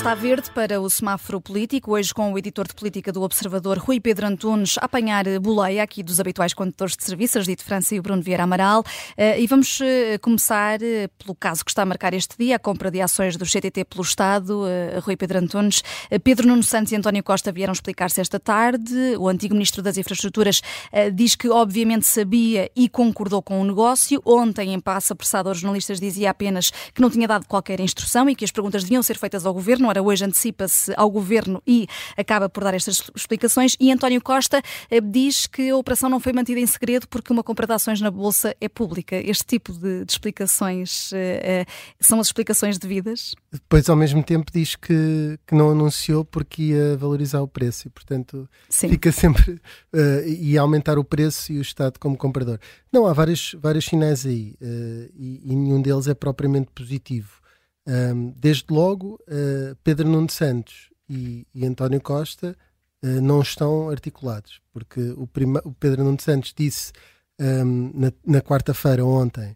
está verde para o semáforo político, hoje com o editor de política do Observador, Rui Pedro Antunes, a apanhar boleia aqui dos habituais condutores de serviços, Dito França e o Bruno Vieira Amaral. E vamos começar pelo caso que está a marcar este dia, a compra de ações do CTT pelo Estado. Rui Pedro Antunes, Pedro Nuno Santos e António Costa vieram explicar-se esta tarde. O antigo Ministro das Infraestruturas diz que obviamente sabia e concordou com o negócio. Ontem, em passo apressado aos jornalistas, dizia apenas que não tinha dado qualquer instrução e que as perguntas deviam ser feitas ao Governo. Ora, hoje antecipa-se ao Governo e acaba por dar estas explicações. E António Costa diz que a operação não foi mantida em segredo porque uma compra de ações na Bolsa é pública. Este tipo de explicações são as explicações devidas? Depois, ao mesmo tempo, diz que não anunciou porque ia valorizar o preço e, portanto, Sim, fica sempre ia aumentar o preço e o Estado como comprador. Não, há vários sinais aí e nenhum deles é propriamente positivo. Desde logo, Pedro Nuno Santos e António Costa não estão articulados, porque o Pedro Nuno Santos disse na quarta-feira, ontem,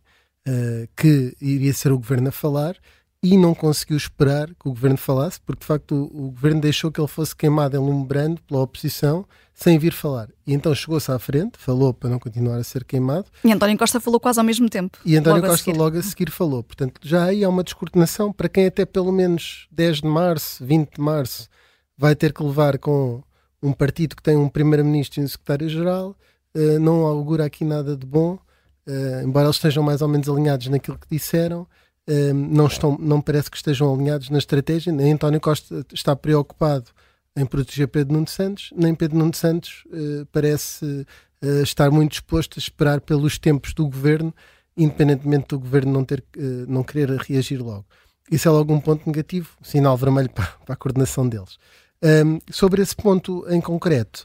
que iria ser o Governo a falar e não conseguiu esperar que o Governo falasse, porque de facto o Governo deixou que ele fosse queimado em lume brando pela oposição sem vir falar. E então chegou-se à frente, falou para não continuar a ser queimado. E António Costa falou quase ao mesmo tempo. E António Costa logo a seguir falou. Portanto, já aí há uma descoordenação para quem até pelo menos 10 de março, 20 de março, vai ter que levar com um partido que tem um primeiro-ministro e um secretário-geral. Não augura aqui nada de bom, embora eles estejam mais ou menos alinhados naquilo que disseram. Não parece que estejam alinhados na estratégia. Nem António Costa está preocupado em proteger Pedro Nuno Santos, nem Pedro Nuno Santos parece estar muito disposto a esperar pelos tempos do Governo, independentemente do Governo não querer reagir logo. Isso é logo um ponto negativo, sinal vermelho para a coordenação deles. Sobre esse ponto em concreto,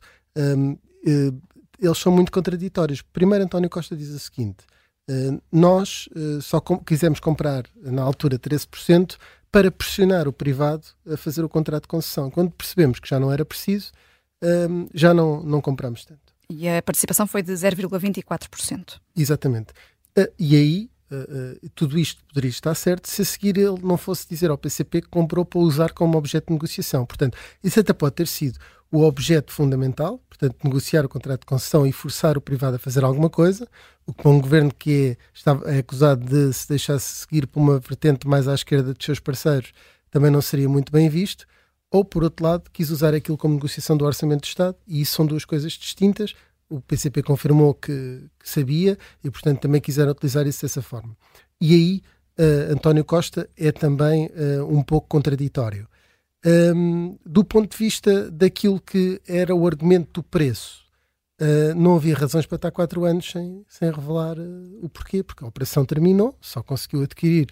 eles são muito contraditórios. Primeiro, António Costa diz o seguinte: nós só quisemos comprar na altura 13% para pressionar o privado a fazer o contrato de concessão. Quando percebemos que já não era preciso, já não compramos tanto. E a participação foi de 0,24%. Exatamente. E aí, tudo isto poderia estar certo se a seguir ele não fosse dizer ao PCP que comprou para usar como objeto de negociação. Portanto, isso até pode ter sido o objeto fundamental, portanto, negociar o contrato de concessão e forçar o privado a fazer alguma coisa, o que para um governo que é acusado de se deixar seguir por uma vertente mais à esquerda dos seus parceiros também não seria muito bem visto, ou, por outro lado, quis usar aquilo como negociação do Orçamento de Estado, e isso são duas coisas distintas. O PCP confirmou que sabia e, portanto, também quiseram utilizar isso dessa forma. E aí, António Costa é também um pouco contraditório. Do ponto de vista daquilo que era o argumento do preço, não havia razões para estar 4 anos sem revelar o porquê, porque a operação terminou, só conseguiu adquirir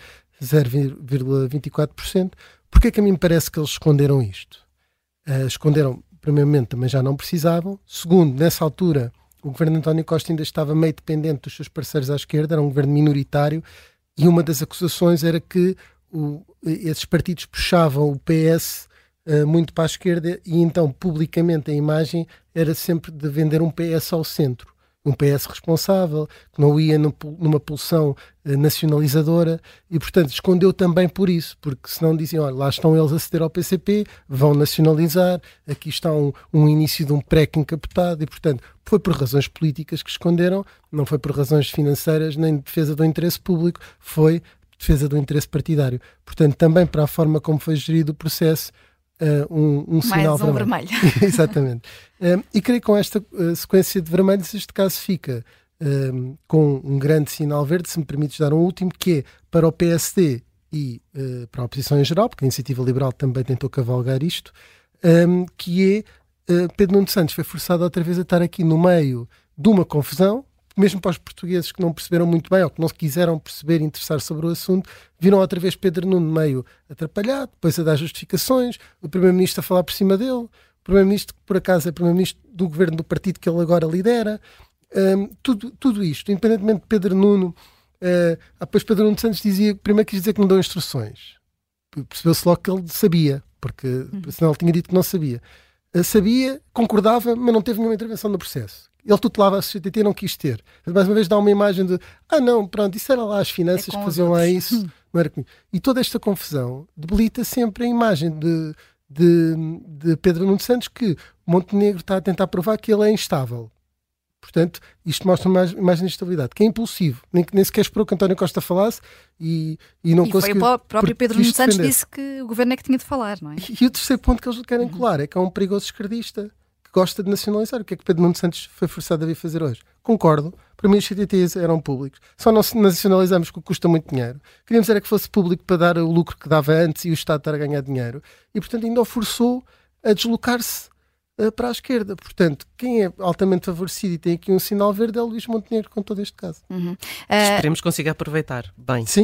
0,24%. Porquê é que a mim me parece que eles esconderam isto? Esconderam, primeiramente, também já não precisavam. Segundo, nessa altura, o governo de António Costa ainda estava meio dependente dos seus parceiros à esquerda, era um governo minoritário, e uma das acusações era que esses partidos puxavam o PS muito para a esquerda, e então publicamente a imagem era sempre de vender um PS ao centro, um PS responsável, que não ia numa pulsão nacionalizadora, e portanto escondeu também por isso, porque senão diziam: olha, lá estão eles a ceder ao PCP, vão nacionalizar, aqui está um início de um PREC encapotado, e portanto foi por razões políticas que esconderam, não foi por razões financeiras nem de defesa do interesse público, foi defesa do interesse partidário. Portanto, também para a forma como foi gerido o processo, um sinal vermelho. Exatamente. E creio que com esta sequência de vermelhos, este caso fica com um grande sinal verde, se me permites dar um último, que é para o PSD e para a oposição em geral, porque a Iniciativa Liberal também tentou cavalgar isto, que é Pedro Nuno Santos foi forçado outra vez a estar aqui no meio de uma confusão. Mesmo para os portugueses que não perceberam muito bem ou que não se quiseram perceber e interessar sobre o assunto, viram outra vez Pedro Nuno meio atrapalhado, depois a dar justificações, o Primeiro-Ministro a falar por cima dele, o Primeiro-Ministro que por acaso é Primeiro-Ministro do governo do partido que ele agora lidera. Tudo isto, independentemente de Pedro Nuno, depois Pedro Nuno Santos dizia, primeiro quis dizer que não deu instruções. Percebeu-se logo que ele sabia, porque senão ele tinha dito que não sabia. Sabia, concordava, mas não teve nenhuma intervenção no processo. Ele tutelava a CTT e não quis ter. Mais uma vez dá uma imagem de não, pronto, isso era lá as finanças que faziam lá isso, não era comigo. E toda esta confusão debilita sempre a imagem de Pedro Nuno Santos, que Montenegro está a tentar provar que ele é instável. Portanto, isto mostra uma imagem de instabilidade, que é impulsivo, nem sequer esperou que António Costa falasse e não conseguiu. E foi o próprio Pedro Nuno Santos que disse que o governo é que tinha de falar, não é? E o terceiro ponto que eles querem colar é que é um perigoso esquerdista que gosta de nacionalizar. O que é que Pedro Nuno Santos foi forçado a vir fazer hoje? Concordo, para mim os CTTs eram públicos, só não nacionalizamos porque custa muito dinheiro. Queríamos era que fosse público para dar o lucro que dava antes e o Estado estar a ganhar dinheiro. E, portanto, ainda o forçou a deslocar-se para a esquerda. Portanto, quem é altamente favorecido e tem aqui um sinal verde é o Luís Montenegro, com todo este caso. Esperemos que consiga aproveitar bem. Sim.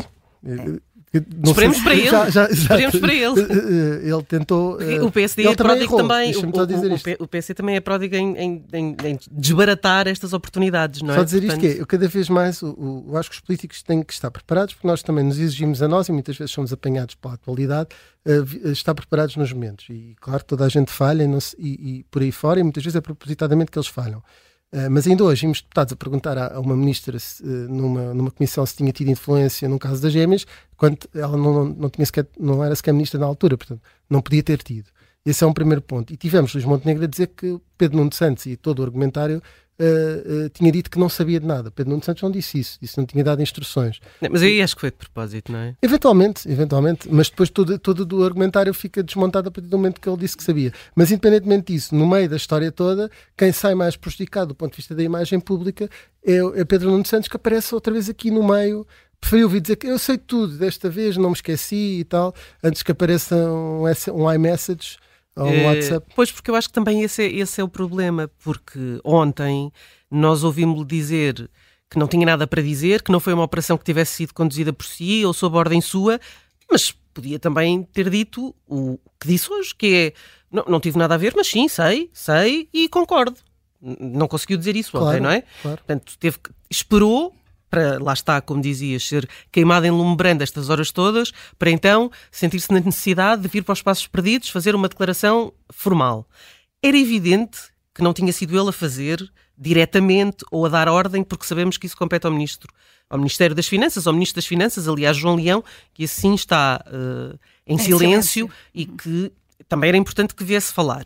Esperemos para ele. Esperemos para ele. Ele tentou. O PSD é pródigo também. O PSD também é pródigo em desbaratar estas oportunidades, não é? Só dizer isto que eu cada vez mais eu acho que os políticos têm que estar preparados, porque nós também nos exigimos a nós e muitas vezes somos apanhados pela atualidade, estar preparados nos momentos. E claro, toda a gente falha e por aí fora, e muitas vezes é propositadamente que eles falham. Mas ainda hoje vimos deputados a perguntar a uma ministra numa comissão se tinha tido influência no caso das gêmeas, quando ela não era sequer ministra na altura, portanto não podia ter tido. Esse é um primeiro ponto. E tivemos Luís Montenegro a dizer que Pedro Nuno Santos e todo o argumentário tinha dito que não sabia de nada. Pedro Nuno Santos não disse isso não tinha dado instruções. Mas aí acho que foi de propósito, não é? Eventualmente, mas depois todo o argumentário fica desmontado a partir do momento que ele disse que sabia. Mas independentemente disso, no meio da história toda, quem sai mais prejudicado do ponto de vista da imagem pública é Pedro Nuno Santos, que aparece outra vez aqui no meio. Preferiu vir dizer que eu sei tudo, desta vez não me esqueci e tal, antes que apareça um iMessage ou um WhatsApp. Pois, porque eu acho que também esse é o problema, porque ontem nós ouvimos-lhe dizer que não tinha nada para dizer, que não foi uma operação que tivesse sido conduzida por si ou sob ordem sua, mas podia também ter dito o que disse hoje, que é, não tive nada a ver, mas sim, sei e concordo. Não conseguiu dizer isso ontem, não é? Claro. Portanto, esperou para, lá está, como dizias, ser queimado em lume brando estas horas todas, para então sentir-se na necessidade de vir para os Passos Perdidos fazer uma declaração formal. Era evidente que não tinha sido ele a fazer diretamente ou a dar ordem, porque sabemos que isso compete ao Ministério das Finanças, ao Ministro das Finanças, aliás, João Leão, que assim está em silêncio e que também era importante que viesse falar.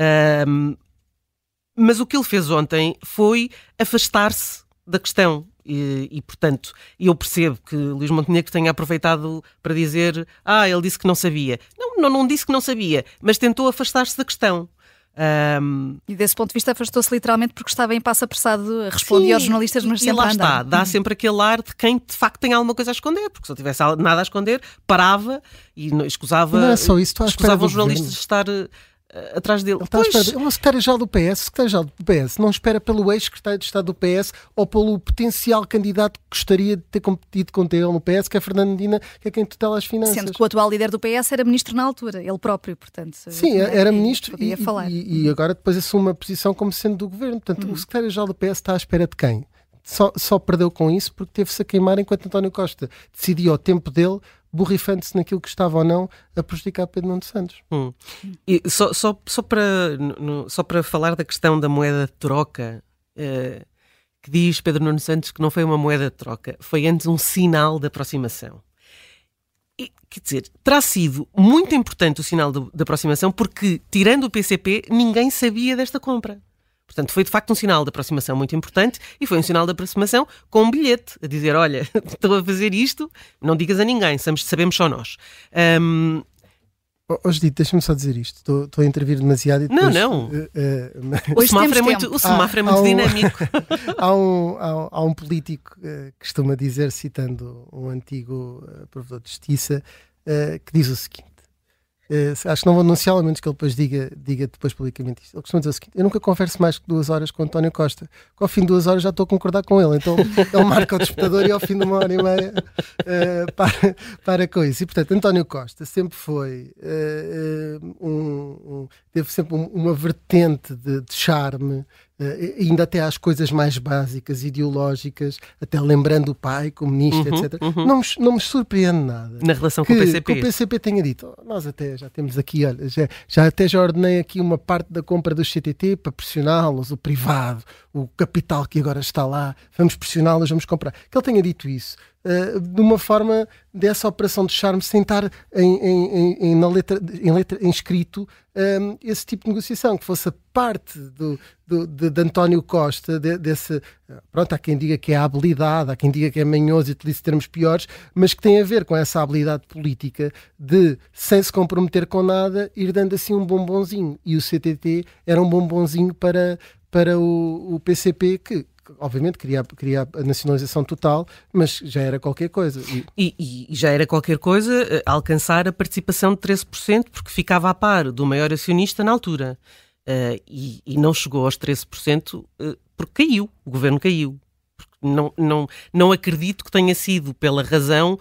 Mas o que ele fez ontem foi afastar-se da questão. E, portanto, eu percebo que Luís Montenegro tenha aproveitado para dizer ele disse que não sabia. Não disse que não sabia, mas tentou afastar-se da questão. E desse ponto de vista afastou-se literalmente porque estava em passo apressado, respondia aos jornalistas, mas sempre a andar. Está, dá sempre aquele ar de quem de facto tem alguma coisa a esconder, porque se eu tivesse nada a esconder, parava e escusava, não é só isso, escusava os jornalistas de estar atrás dele. Ele é um secretário-geral do PS. O secretário-geral do PS não espera pelo ex-secretário de Estado do PS ou pelo potencial candidato que gostaria de ter competido contra ele no PS, que é Fernando Medina, que é quem tutela as finanças. Sendo que o atual líder do PS era ministro na altura, ele próprio, portanto. Sim, era ministro e agora depois assume uma posição como sendo do governo. Portanto, o secretário-geral do PS está à espera de quem? Só perdeu com isso porque teve-se a queimar enquanto António Costa decidiu ao tempo dele, borrifando-se naquilo que estava ou não a prejudicar Pedro Nuno Santos. E só para falar da questão da moeda de troca, que diz Pedro Nuno Santos que não foi uma moeda de troca, foi antes um sinal de aproximação. E, quer dizer, terá sido muito importante o sinal de aproximação porque, tirando o PCP, ninguém sabia desta compra. Portanto, foi de facto um sinal de aproximação muito importante e foi um sinal de aproximação com um bilhete a dizer, olha, estou a fazer isto, não digas a ninguém, sabemos só nós. Judite, deixa-me só dizer isto. Estou a intervir demasiado e depois... Não. O semáforo é muito dinâmico. Há um político que costuma dizer, citando um antigo provedor de justiça, que diz o seguinte. Acho que não vou anunciá-lo, a menos que ele depois diga depois publicamente isto. Ele costuma dizer o seguinte: eu nunca converso mais que 2 horas com António Costa, que ao fim de 2 horas já estou a concordar com ele, então ele marca o despertador e ao fim de 1h30 para com isso. E portanto António Costa sempre foi teve sempre uma vertente de charme, ainda até às coisas mais básicas, ideológicas, até lembrando o pai como ministro, etc. Não me surpreende nada na relação com o PCP. Que o PCP tenha dito, nós até já temos aqui, olha, já ordenei aqui uma parte da compra do CTT para pressioná-los, o privado, o capital que agora está lá, vamos pressioná-los, vamos comprar. Que ele tenha dito isso de uma forma dessa operação de charme, sem estar em escrito esse tipo de negociação, que fosse a parte de António Costa, pronto, há quem diga que é a habilidade, há quem diga que é manhoso e utiliza termos piores, mas que tem a ver com essa habilidade política de, sem se comprometer com nada, ir dando assim um bombonzinho. E o CTT era um bombonzinho para o PCP, que obviamente queria a nacionalização total, mas já era qualquer coisa. E já era qualquer coisa alcançar a participação de 13%, porque ficava a par do maior acionista na altura. E não chegou aos 13% porque caiu, o governo caiu. Não acredito que tenha sido pela razão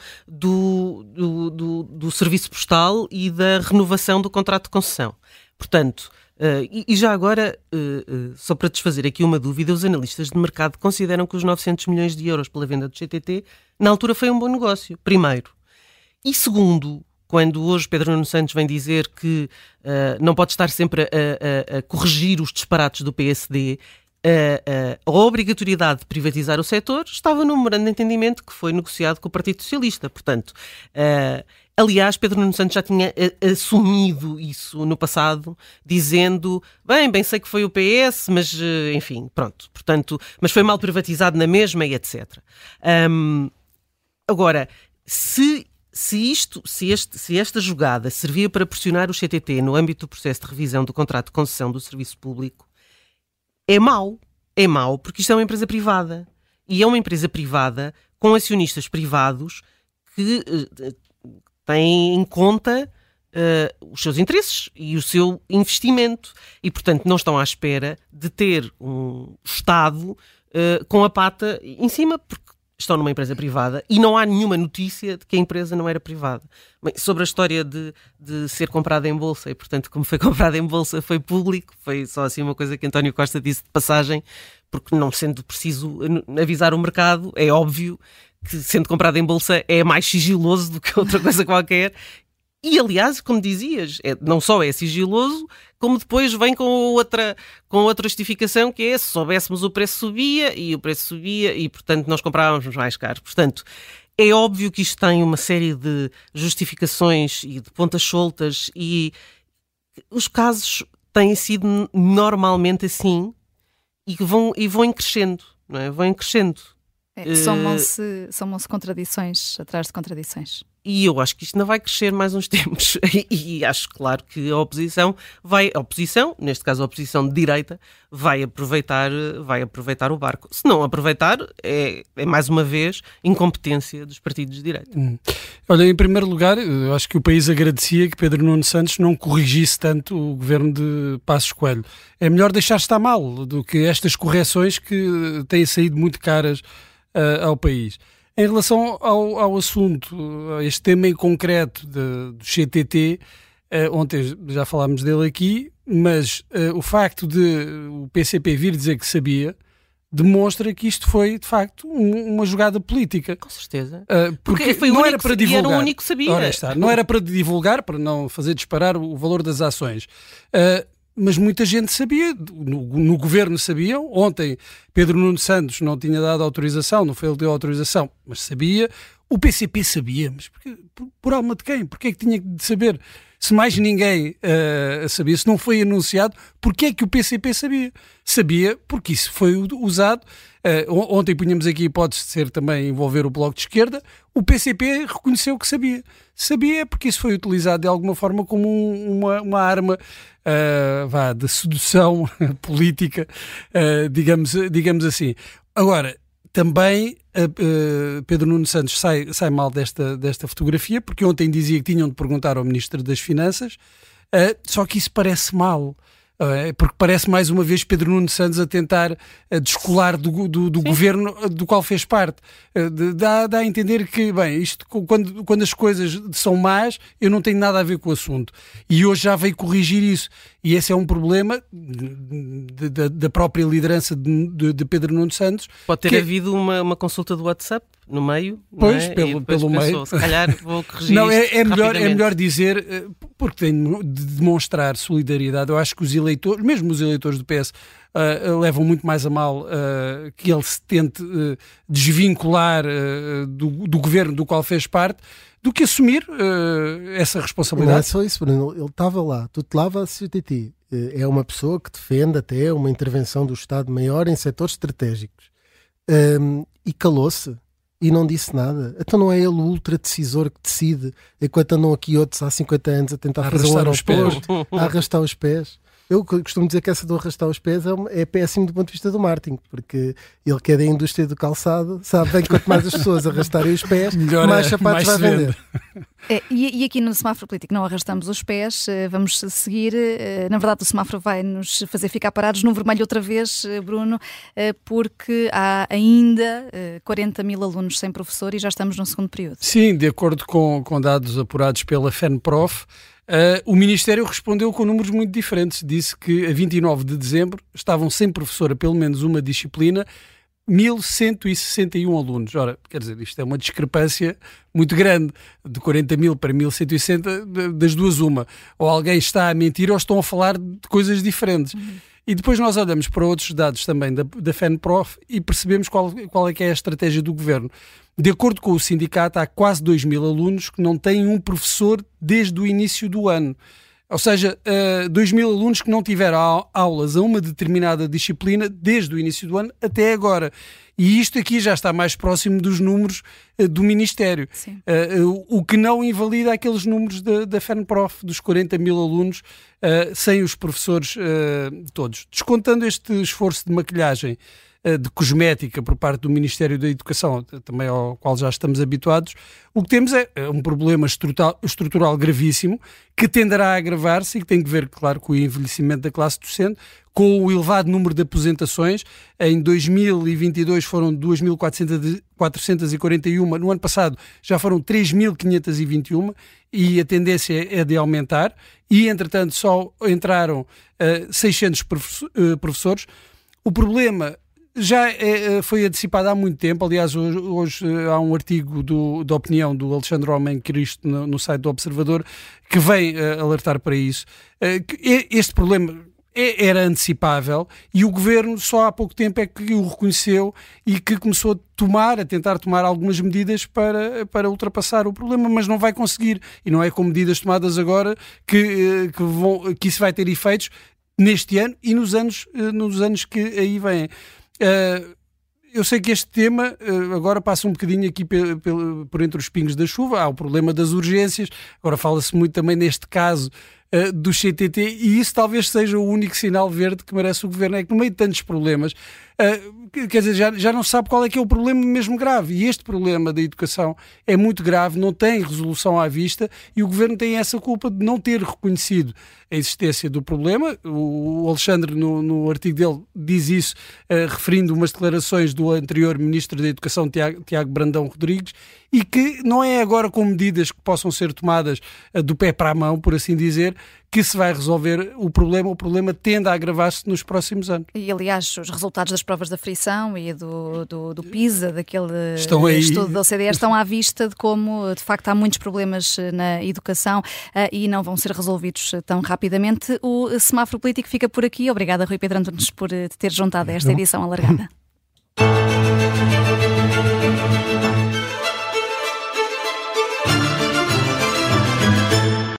do serviço postal e da renovação do contrato de concessão. Portanto, e já agora, só para desfazer aqui uma dúvida, os analistas de mercado consideram que os 900 milhões de euros pela venda do CTT, na altura foi um bom negócio, primeiro. E segundo, quando hoje Pedro Nuno Santos vem dizer que não pode estar sempre a corrigir os disparates do PSD, a obrigatoriedade de privatizar o setor estava no memorando de entendimento que foi negociado com o Partido Socialista. Portanto, aliás, Pedro Nuno Santos já tinha assumido isso no passado, dizendo, bem sei que foi o PS, mas enfim, pronto. Portanto, mas foi mal privatizado na mesma e etc. Agora, se esta jogada servia para pressionar o CTT no âmbito do processo de revisão do contrato de concessão do serviço público, é mau porque isto é uma empresa privada. E é uma empresa privada com acionistas privados que têm em conta os seus interesses e o seu investimento. E, portanto, não estão à espera de ter um Estado com a pata em cima, porque estão numa empresa privada e não há nenhuma notícia de que a empresa não era privada. Bem, sobre a história de ser comprada em bolsa, e portanto como foi comprada em bolsa foi público, foi só assim uma coisa que António Costa disse de passagem, porque não sendo preciso avisar o mercado, é óbvio que sendo comprada em bolsa é mais sigiloso do que outra coisa qualquer. E, aliás, como dizias, não só é sigiloso, como depois vem com outra justificação, que é, se soubéssemos o preço subia, e, portanto, nós comprávamos mais caro. Portanto, é óbvio que isto tem uma série de justificações e de pontas soltas, e os casos têm sido normalmente assim, e vão em crescendo, não é? Vão em crescendo. Somam-se contradições atrás de contradições. E eu acho que isto não vai crescer mais uns tempos. E acho, claro, que a oposição, neste caso a oposição de direita, vai aproveitar o barco. Se não aproveitar, é mais uma vez incompetência dos partidos de direita. Olha, em primeiro lugar, eu acho que o país agradecia que Pedro Nuno Santos não corrigisse tanto o governo de Passos Coelho. É melhor deixar estar mal do que estas correções que têm saído muito caras ao país. Em relação ao assunto, a este tema em concreto do CTT, ontem já falámos dele aqui, mas o facto de o PCP vir dizer que sabia, demonstra que isto foi, de facto, uma jogada política. Com certeza. Porque foi não era para divulgar. Era o único que sabia. Ora está, não era para divulgar, para não fazer disparar o valor das ações. Mas muita gente sabia, no governo sabiam. Ontem Pedro Nuno Santos não tinha dado autorização, não foi ele que deu autorização, mas sabia. O PCP sabia, mas por alma de quem? Porquê é que tinha de saber? Se mais ninguém sabia, se não foi anunciado, porquê é que o PCP sabia? Sabia porque isso foi usado. Ontem punhamos aqui a hipótese de ser também envolver o Bloco de Esquerda. O PCP reconheceu que sabia. Sabia porque isso foi utilizado de alguma forma como uma arma de sedução política, digamos assim. Agora, também Pedro Nuno Santos sai mal desta fotografia, porque ontem dizia que tinham de perguntar ao Ministro das Finanças, só que isso parece mal. Porque parece mais uma vez Pedro Nuno Santos a tentar descolar do governo do qual fez parte. Dá a entender que, bem, isto, quando as coisas são más, eu não tenho nada a ver com o assunto. E hoje já veio corrigir isso. E esse é um problema da própria liderança de Pedro Nuno Santos. Pode ter havido uma consulta do WhatsApp no meio. Pois, não é? pelo pensou, meio. Se calhar vou corrigir não, isto é melhor dizer, porque tem de demonstrar solidariedade. Eu acho que os eleitores eleitores, mesmo os eleitores do PS, levam muito mais a mal que ele se tente desvincular do governo do qual fez parte, do que assumir essa responsabilidade. Não é só isso, Bruno. Ele estava lá, tutelava a CTT. É uma pessoa que defende até uma intervenção do Estado maior em setores estratégicos. E calou-se e não disse nada. Então não é ele o ultra decisor que decide, enquanto andam aqui outros há 50 anos a tentar fazer um aeroporto, a arrastar os pés. Eu costumo dizer que essa do arrastar os pés é péssimo do ponto de vista do marketing, porque ele que é da indústria do calçado sabe bem que quanto mais as pessoas arrastarem os pés, mais sapatos vai vender. E aqui no semáforo político não arrastamos os pés, vamos seguir. Na verdade, o semáforo vai nos fazer ficar parados no vermelho outra vez, Bruno, porque há ainda 40 mil alunos sem professor e já estamos no segundo período. Sim, de acordo com dados apurados pela FENPROF, o Ministério respondeu com números muito diferentes. Disse que a 29 de dezembro estavam sem professor a pelo menos uma disciplina 1.161 alunos. Ora, quer dizer, isto é uma discrepância muito grande, de 40 mil para 1.160, das duas uma. Ou alguém está a mentir ou estão a falar de coisas diferentes. E depois nós olhamos para outros dados também da FENPROF e percebemos qual é que é a estratégia do Governo. De acordo com o sindicato, há quase 2.000 alunos que não têm um professor desde o início do ano. Ou seja, 2.000 alunos que não tiveram aulas a uma determinada disciplina desde o início do ano até agora. E isto aqui já está mais próximo dos números do Ministério. O que não invalida aqueles números da FENPROF, dos 40 mil alunos sem os professores todos. Descontando este esforço de maquilhagem, de cosmética por parte do Ministério da Educação, também ao qual já estamos habituados, o que temos é um problema estrutural gravíssimo que tenderá a agravar-se e que tem que ver, claro, com o envelhecimento da classe docente, com o elevado número de aposentações. Em 2022 foram 2.441, no ano passado já foram 3.521 e a tendência é de aumentar e, entretanto, só entraram 600 professores. O problema já foi antecipado há muito tempo. Aliás, hoje há um artigo da opinião do Alexandre Homem Cristo no site do Observador que vem alertar para isso. Este problema era antecipável e o Governo só há pouco tempo é que o reconheceu e que começou a tentar tomar algumas medidas para ultrapassar o problema, mas não vai conseguir. E não é com medidas tomadas agora que isso vai ter efeitos neste ano e nos anos que aí vêm. Eu sei que este tema agora passa um bocadinho aqui por entre os pingos da chuva. Há o problema das urgências, agora fala-se muito também neste caso do CTT, e isso talvez seja o único sinal verde que merece o Governo, é que no meio de tantos problemas, quer dizer, já não se sabe qual é que é o problema mesmo grave, e este problema da educação é muito grave, não tem resolução à vista, e o Governo tem essa culpa de não ter reconhecido a existência do problema. O Alexandre, no artigo dele, diz isso, referindo umas declarações do anterior Ministro da Educação, Tiago Brandão Rodrigues, e que não é agora com medidas que possam ser tomadas do pé para a mão, por assim dizer, que se vai resolver o problema tende a agravar-se nos próximos anos. E, aliás, os resultados das provas da frição e do PISA, daquele estudo da OCDE, estão à vista de como, de facto, há muitos problemas na educação e não vão ser resolvidos tão rapidamente. O semáforo político fica por aqui. Obrigada, Rui Pedro Antunes, por te ter juntado a esta edição alargada.